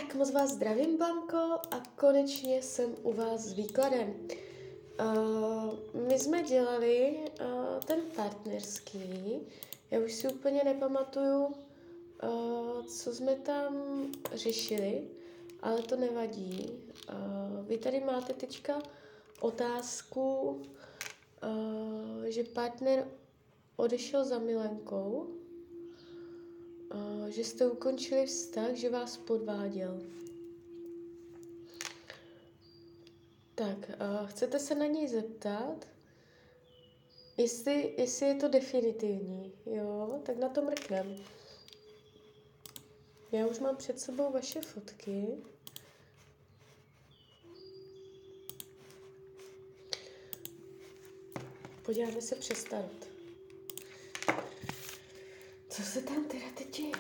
Tak moc vás zdravím, Blanko, a konečně jsem u vás s výkladem. My jsme dělali ten partnerský, já už si úplně nepamatuju, co jsme tam řešili, ale to nevadí. Vy tady máte teďka otázku, že partner odešel za milenkou, že jste ukončili vztah, že vás podváděl. Tak, chcete se na něj zeptat, jestli je to definitivní, jo, tak na to mrknem. Já už mám před sebou vaše fotky. Podíváme se přes tarot. Co se tam teda teď děje?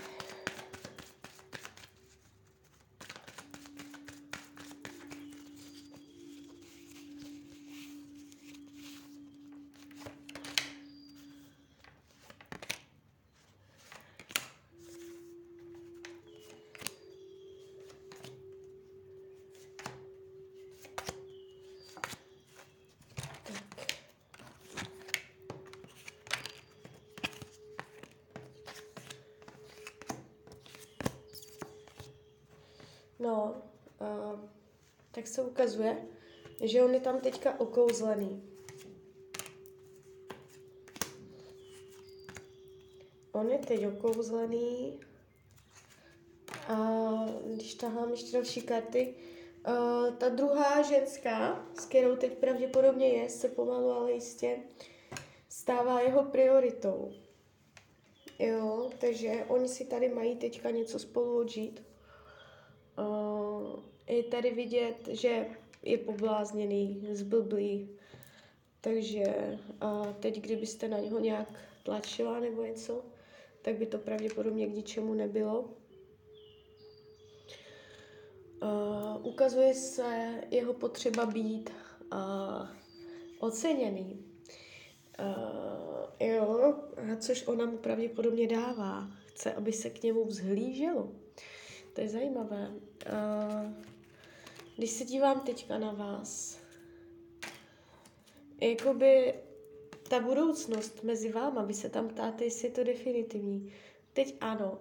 No, tak se ukazuje, že on je tam teďka okouzlený. On je teď okouzlený a když tahám ještě další karty, ta druhá ženská, s kterou teď pravděpodobně je, se pomalu, ale jistě stává jeho prioritou. Jo, takže oni si tady mají teďka něco spolu odžít. Je tady vidět, že je poblázněný, zblblý, takže teď, kdybyste na něho nějak tlačila nebo něco, tak by to pravděpodobně k ničemu nebylo. Ukazuje se jeho potřeba být oceněný. Jo, což ona mu pravděpodobně dává. Chce, aby se k němu vzhlíželo. To je zajímavé. Když se dívám teďka na vás, jakoby ta budoucnost mezi váma, vy se tam ptáte, jestli je to definitivní. Teď ano,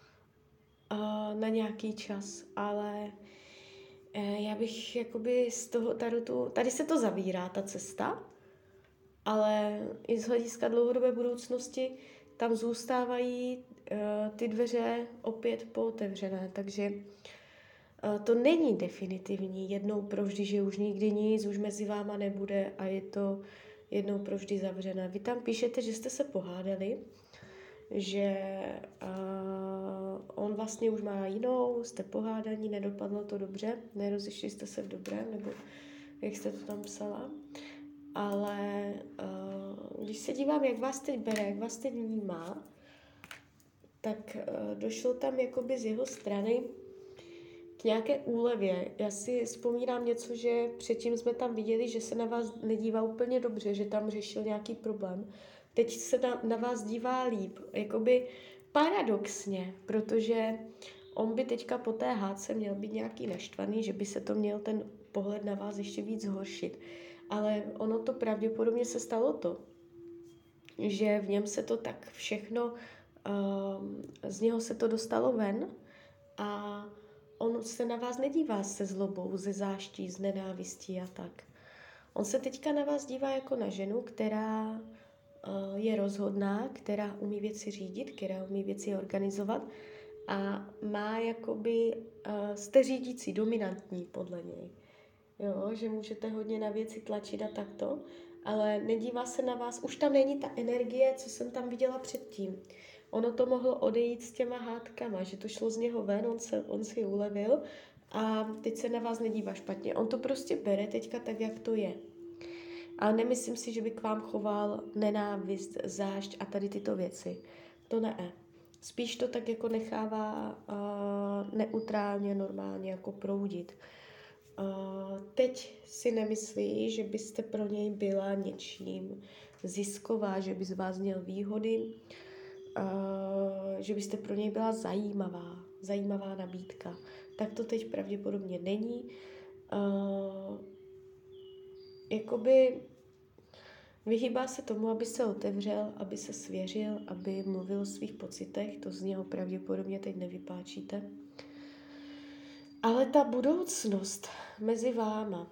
na nějaký čas, ale já bych jakoby z toho tarotu, tady se to zavírá, ta cesta, ale i z hlediska dlouhodobé budoucnosti tam zůstávají ty dveře opět pootevřené, takže to není definitivní jednou provždy, že už nikdy nic, už mezi váma nebude a je to jednou provždy zavřené. Vy tam píšete, že jste se pohádali, že on vlastně už má jinou, jste pohádaní, nedopadlo to dobře, nerozešli jste se v dobrém, nebo jak jste to tam psala. Ale když se dívám, jak vás teď bere, jak vás teď vnímá, tak došlo tam jakoby z jeho strany k nějaké úlevě. Já si vzpomínám něco, že předtím jsme tam viděli, že se na vás nedívá úplně dobře, že tam řešil nějaký problém. Teď se na vás dívá líp, jakoby paradoxně, protože on by teďka po té hádce měl být nějaký naštvaný, že by se to měl ten pohled na vás ještě víc zhoršit. Ale ono to pravděpodobně se stalo to, že v něm se to tak všechno, z něho se to dostalo ven a on se na vás nedívá se zlobou, ze záští, z nenávistí a tak. On se teďka na vás dívá jako na ženu, která je rozhodná, která umí věci řídit, která umí věci organizovat a má jakoby, jste řídící, dominantní podle něj. Jo, že můžete hodně na věci tlačit a takto, ale nedívá se na vás, už tam není ta energie, co jsem tam viděla předtím. Ono to mohlo odejít s těma hádkama, že to šlo z něho ven, on si ulevil a teď se na vás nedívá špatně. On to prostě bere teďka tak, jak to je. A nemyslím si, že by k vám choval nenávist, zášť a tady tyto věci. To ne. Spíš to tak jako nechává neutrálně, normálně jako proudit. Teď si nemyslí, že byste pro něj byla něčím zisková, že by z vás měl výhody, že byste pro něj byla zajímavá nabídka. tak to teď pravděpodobně není. Jakoby vyhýbá se tomu, aby se otevřel, aby se svěřil, aby mluvil o svých pocitech, to z něho pravděpodobně teď nevypáčíte. Ale ta budoucnost mezi váma,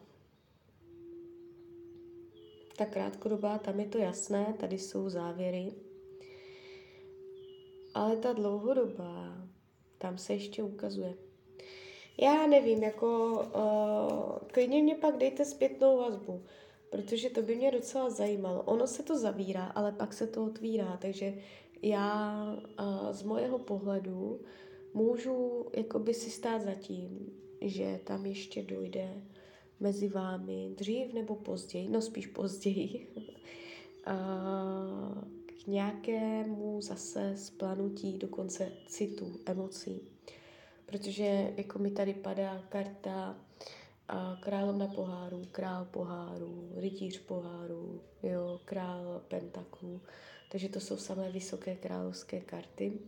ta krátkodobá, tam je to jasné, tady jsou závěry. Ale ta dlouhodobá, tam se ještě ukazuje. Já nevím, klidně mě pak dejte zpětnou vazbu, protože to by mě docela zajímalo. Ono se to zavírá, ale pak se to otvírá, takže já z mojeho pohledu můžu jakoby si stát za tím, že tam ještě dojde mezi vámi dřív nebo později, no spíš později, k nějakému zase splanutí dokonce citů, emocí. Protože jako mi tady padá karta královna pohárů, král pohárů, rytíř pohárů, jo, král pentaklů. Takže to jsou samé vysoké královské karty.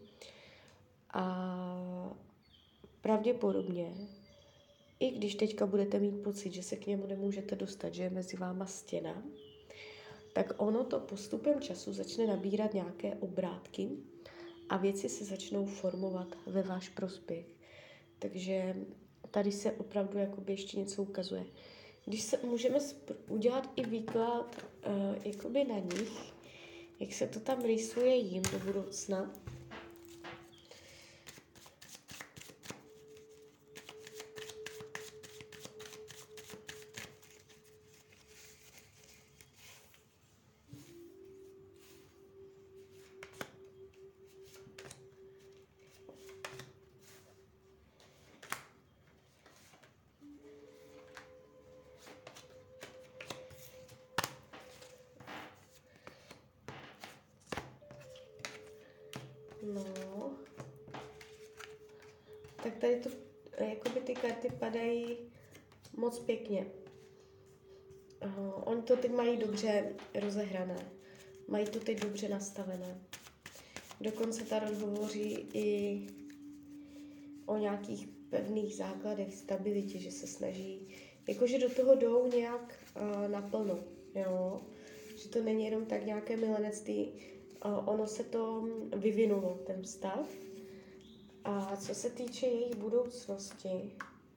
A pravděpodobně, i když teďka budete mít pocit, že se k němu nemůžete dostat, že je mezi váma stěna, tak ono to postupem času začne nabírat nějaké obrátky a věci se začnou formovat ve váš prospěch. Takže tady se opravdu jakoby ještě něco ukazuje. Když se můžeme udělat i výklad jakoby na nich, jak se to tam rýsuje jim do budoucna. No, tak tady to, jakoby ty karty padají moc pěkně. Oni to teď mají dobře rozehrané, mají to teď dobře nastavené. Dokonce Tarot hovoří i o nějakých pevných základech, stabilitě, že se snaží, jakože do toho jdou nějak naplno, jo? Že to není jenom tak nějaké milenectví, ono se to vyvinulo, ten vztah. A co se týče jejich budoucnosti,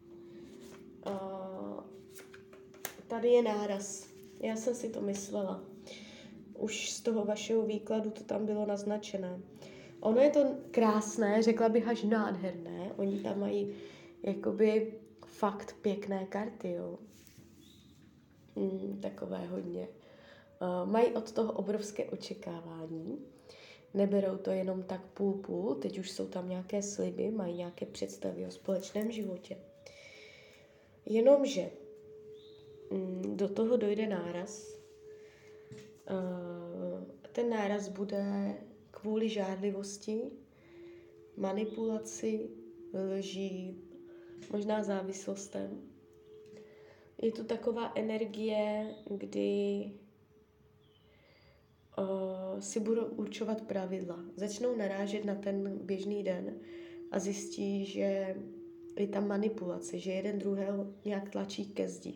tady je náraz. Já jsem si to myslela. Už z toho vašeho výkladu to tam bylo naznačené. Ono je to krásné, řekla bych až nádherné. Oni tam mají jakoby fakt pěkné karty, jo. Takové hodně. Mají od toho obrovské očekávání. Neberou to jenom tak půl, teď už jsou tam nějaké sliby, mají nějaké představy o společném životě. Jenomže do toho dojde náraz. Ten náraz bude kvůli žádlivosti, manipulaci, lží, možná závislostem. Je tu taková energie, kdy si budou určovat pravidla. Začnou narážet na ten běžný den a zjistí, že je tam manipulace, že jeden druhého nějak tlačí ke zdi.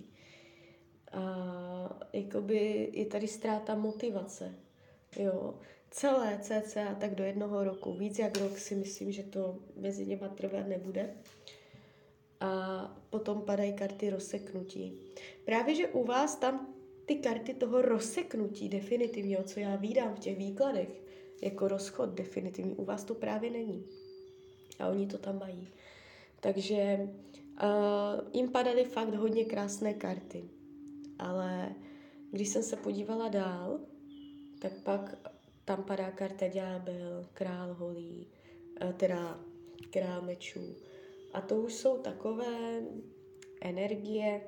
A jakoby je tady ztráta motivace. Jo. Celé cca tak do 1 roku. Víc jak rok si myslím, že to mezi něma trvat nebude. A potom padají karty rozseknutí. Právě, že u vás tam ty karty toho rozseknutí definitivního, co já vídám v těch výkladech, jako rozchod definitivní, u vás to právě není. A oni to tam mají. Takže jim padaly fakt hodně krásné karty. Ale když jsem se podívala dál, tak pak tam padá karta ďábel, král holí, teda král mečů. A to už jsou takové energie,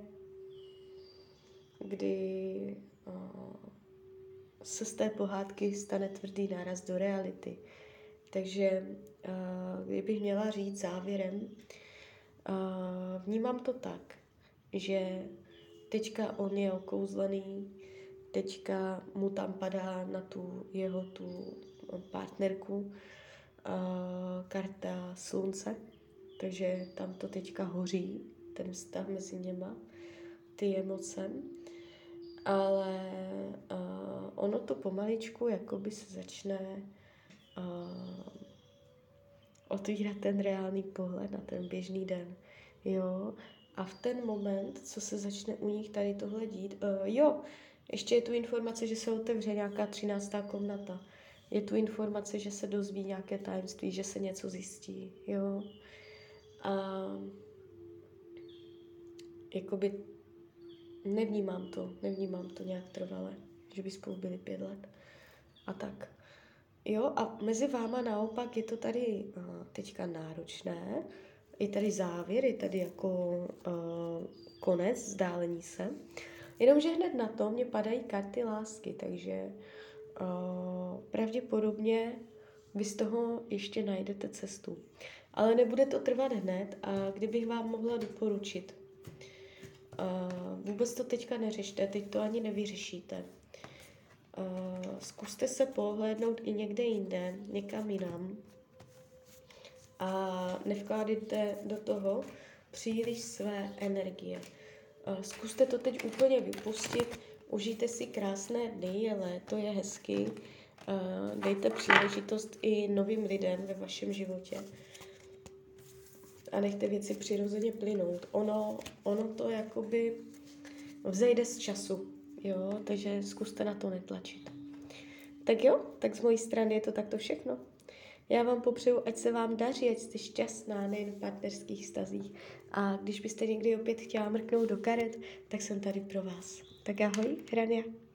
kdy se z té pohádky stane tvrdý náraz do reality. Takže kdybych měla říct závěrem, vnímám to tak, že teďka on je okouzlený, teďka mu tam padá na tu partnerku karta slunce. takže tam to teďka hoří, ten vztah mezi něma, ty emoce. Ale ono to pomaličku jakoby se začne otvírat ten reálný pohled na ten běžný den. Jo? A v ten moment, co se začne u nich tady tohle dít, ještě je tu informace, že se otevře nějaká 13. komnata. Je tu informace, že se dozví nějaké tajemství, že se něco zjistí. Jo? A jakoby nevnímám to nějak trvale, že by spolu byli 5 let. A tak. Jo, a mezi váma naopak je to tady teďka náročné, je tady závěr, je tady jako konec, vzdálení se. Jenomže hned na to mě padají karty lásky, takže pravděpodobně vy z toho ještě najdete cestu. Ale nebude to trvat hned a kdybych vám mohla doporučit, vůbec to teďka neřešte, teď to ani nevyřešíte. Zkuste se pohlédnout i někde jinde, někam jinam a nevkládejte do toho příliš své energie. Zkuste to teď úplně vypustit, užijte si krásné dny, je léto, je hezky, dejte příležitost i novým lidem ve vašem životě a nechte věci přirozeně plynout. Ono to jakoby vzejde z času, jo, takže zkuste na to netlačit. Tak jo, tak z mojí strany je to takto všechno. Já vám popřeju, ať se vám daří, ať jste šťastná, nejen v partnerských vztazích. A když byste někdy opět chtěla mrknout do karet, tak jsem tady pro vás. Tak ahoj, Hrania.